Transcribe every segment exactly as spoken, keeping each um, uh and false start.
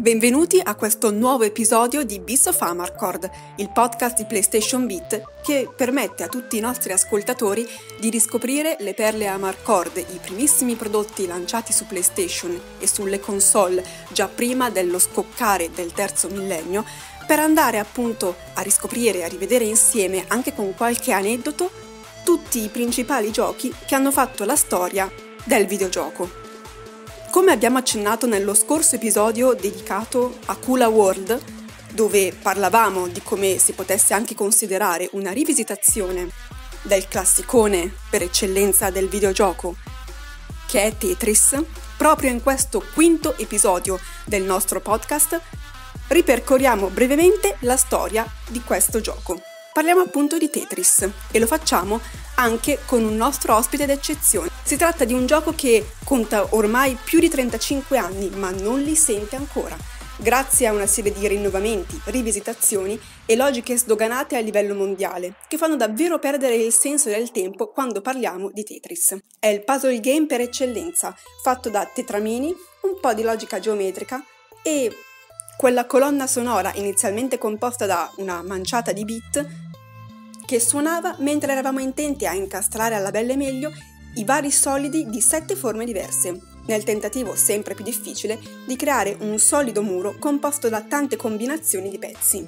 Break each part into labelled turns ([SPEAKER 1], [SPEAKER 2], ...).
[SPEAKER 1] Benvenuti a questo nuovo episodio di Beats of Amarcord, il podcast di PlayStation Beat che permette a tutti i nostri ascoltatori di riscoprire le perle Amarcord, i primissimi prodotti lanciati su PlayStation e sulle console già prima dello scoccare del terzo millennio, per andare appunto a riscoprire e a rivedere insieme, anche con qualche aneddoto, tutti i principali giochi che hanno fatto la storia del videogioco. Come abbiamo accennato nello scorso episodio dedicato a Kula World, dove parlavamo di come si potesse anche considerare una rivisitazione del classicone per eccellenza del videogioco, che è Tetris, proprio in questo quinto episodio del nostro podcast ripercorriamo brevemente la storia di questo gioco. Parliamo appunto di Tetris e lo facciamo anche con un nostro ospite d'eccezione. Si tratta di un gioco che conta ormai più di trentacinque anni, ma non li sente ancora, grazie a una serie di rinnovamenti, rivisitazioni e logiche sdoganate a livello mondiale, che fanno davvero perdere il senso del tempo quando parliamo di Tetris. È il puzzle game per eccellenza, fatto da tetramini, un po' di logica geometrica e quella colonna sonora inizialmente composta da una manciata di beat che suonava mentre eravamo intenti a incastrare alla belle meglio i vari solidi di sette forme diverse, nel tentativo sempre più difficile di creare un solido muro composto da tante combinazioni di pezzi.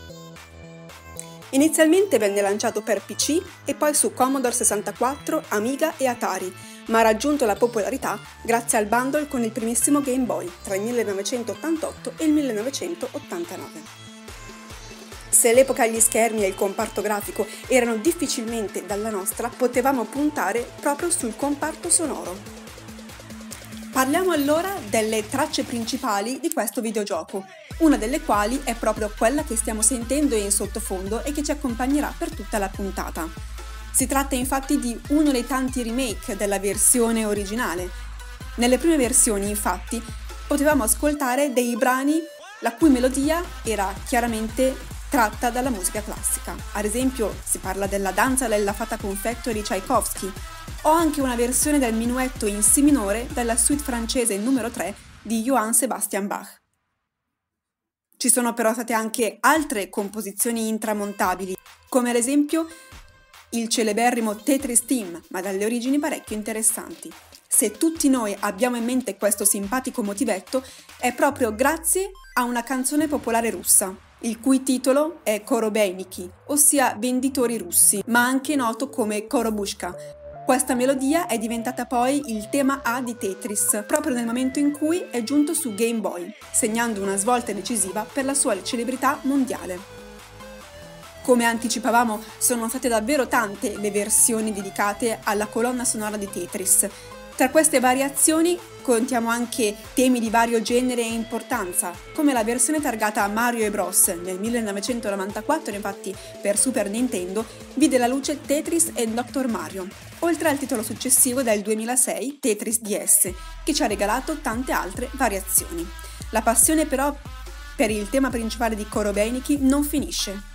[SPEAKER 1] Inizialmente venne lanciato per P C e poi su Commodore sessantaquattro, Amiga e Atari, ma ha raggiunto la popolarità grazie al bundle con il primissimo Game Boy tra il millenovecentottantotto e il millenovecentottantanove. Se all'epoca gli schermi e il comparto grafico erano difficilmente dalla nostra, potevamo puntare proprio sul comparto sonoro. Parliamo allora delle tracce principali di questo videogioco, una delle quali è proprio quella che stiamo sentendo in sottofondo e che ci accompagnerà per tutta la puntata. Si tratta infatti di uno dei tanti remake della versione originale. Nelle prime versioni, infatti, potevamo ascoltare dei brani la cui melodia era chiaramente tratta dalla musica classica. Ad esempio, si parla della danza della fata confetto di Tchaikovsky, o anche una versione del minuetto in Si minore della suite francese numero tre di Johann Sebastian Bach. Ci sono però state anche altre composizioni intramontabili, come ad esempio il celeberrimo Tetris Team, ma dalle origini parecchio interessanti. Se tutti noi abbiamo in mente questo simpatico motivetto, è proprio grazie a una canzone popolare russa, il cui titolo è Korobeiniki, ossia venditori russi, ma anche noto come Korobushka. Questa melodia è diventata poi il tema A di Tetris, proprio nel momento in cui è giunto su Game Boy, segnando una svolta decisiva per la sua celebrità mondiale. Come anticipavamo, sono state davvero tante le versioni dedicate alla colonna sonora di Tetris. Tra queste variazioni contiamo anche temi di vario genere e importanza, come la versione targata Mario e Bros. Nel millenovecentonovantaquattro, infatti per Super Nintendo, vide la luce Tetris e doctor Mario, oltre al titolo successivo del duemilasei, Tetris D S, che ci ha regalato tante altre variazioni. La passione però per il tema principale di Korobeiniki non finisce.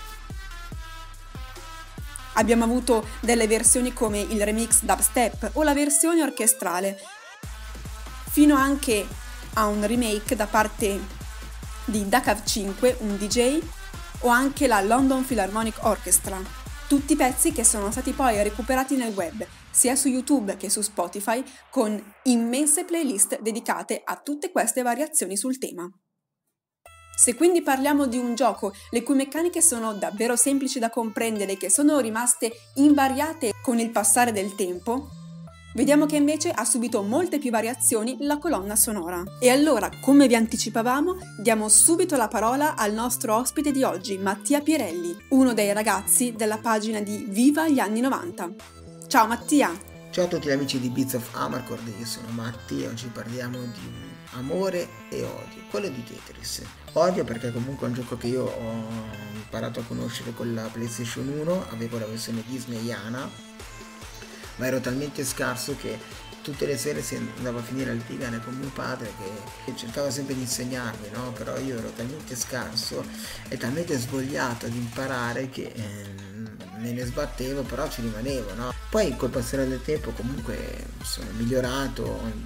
[SPEAKER 1] Abbiamo avuto delle versioni come il remix dubstep o la versione orchestrale, fino anche a un remake da parte di Dakav cinque, un D J, o anche la London Philharmonic Orchestra. Tutti pezzi che sono stati poi recuperati nel web, sia su YouTube che su Spotify, con immense playlist dedicate a tutte queste variazioni sul tema. Se quindi parliamo di un gioco le cui meccaniche sono davvero semplici da comprendere e che sono rimaste invariate con il passare del tempo, vediamo che invece ha subito molte più variazioni la colonna sonora. E allora, come vi anticipavamo, diamo subito la parola al nostro ospite di oggi, Mattia Pirelli, uno dei ragazzi della pagina di Viva gli anni novanta. Ciao Mattia!
[SPEAKER 2] Ciao a tutti gli amici di Beats of Amarcord, io sono Matti e oggi parliamo di amore e odio, quello di Tetris. Odio perché comunque è un gioco che io ho imparato a conoscere con la PlayStation uno, avevo la versione disneyana, ma ero talmente scarso che tutte le sere si andava a finire al Tigane con mio padre che cercava sempre di insegnarmi, no? Però io ero talmente scarso e talmente svogliato ad imparare che ehm, me ne sbattevo, però ci rimanevo, no? Poi col passare del tempo comunque sono migliorato,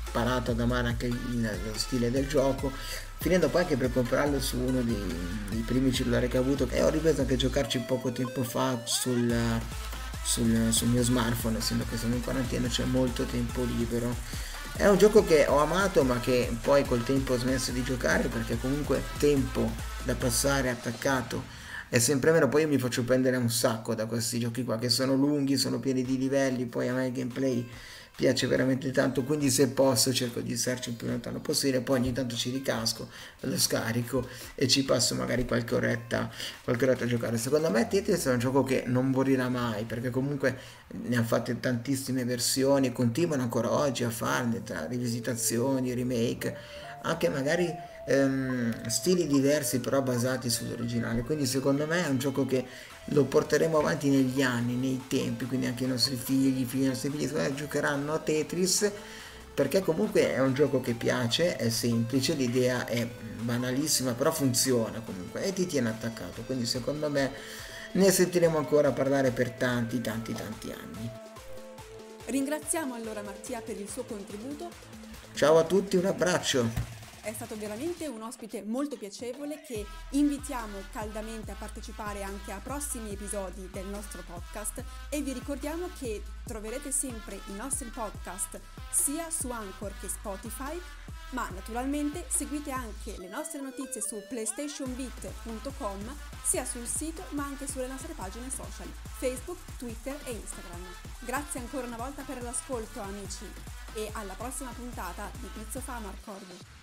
[SPEAKER 2] imparato ad amare anche il, lo stile del gioco, finendo poi anche per comprarlo su uno dei, dei primi cellulari che ho avuto, e ho ripreso anche a giocarci poco tempo fa sul, sul, sul mio smartphone, essendo che sono in quarantena, c'è molto tempo libero. È un gioco che ho amato, ma che poi col tempo ho smesso di giocare, perché comunque tempo da passare attaccato è sempre meno. Poi io mi faccio prendere un sacco da questi giochi qua, che sono lunghi, sono pieni di livelli, poi a me il gameplay piace veramente tanto, quindi se posso cerco di starci il più lontano possibile, poi ogni tanto ci ricasco, lo scarico e ci passo magari qualche oretta, qualche oretta a giocare. Secondo me Tetris è un gioco che non morirà mai, perché comunque ne hanno fatte tantissime versioni, continuano ancora oggi a farne, tra rivisitazioni, remake, anche magari ehm, stili diversi però basati sull'originale. Quindi secondo me è un gioco che lo porteremo avanti negli anni, nei tempi, quindi anche i nostri figli, i figli dei nostri figli eh, giocheranno a Tetris, perché comunque è un gioco che piace, è semplice, l'idea è banalissima, però funziona comunque e ti tiene attaccato, quindi secondo me ne sentiremo ancora parlare per tanti tanti tanti anni.
[SPEAKER 1] Ringraziamo allora Mattia per il suo contributo.
[SPEAKER 2] Ciao a tutti, un abbraccio.
[SPEAKER 1] È stato veramente un ospite molto piacevole che invitiamo caldamente a partecipare anche a prossimi episodi del nostro podcast, e vi ricordiamo che troverete sempre i nostri podcast sia su Anchor che Spotify, ma naturalmente seguite anche le nostre notizie su playstation beat punto com, sia sul sito ma anche sulle nostre pagine social Facebook, Twitter e Instagram. Grazie ancora una volta per l'ascolto, amici, e alla prossima puntata di Pizzo of Amarcord.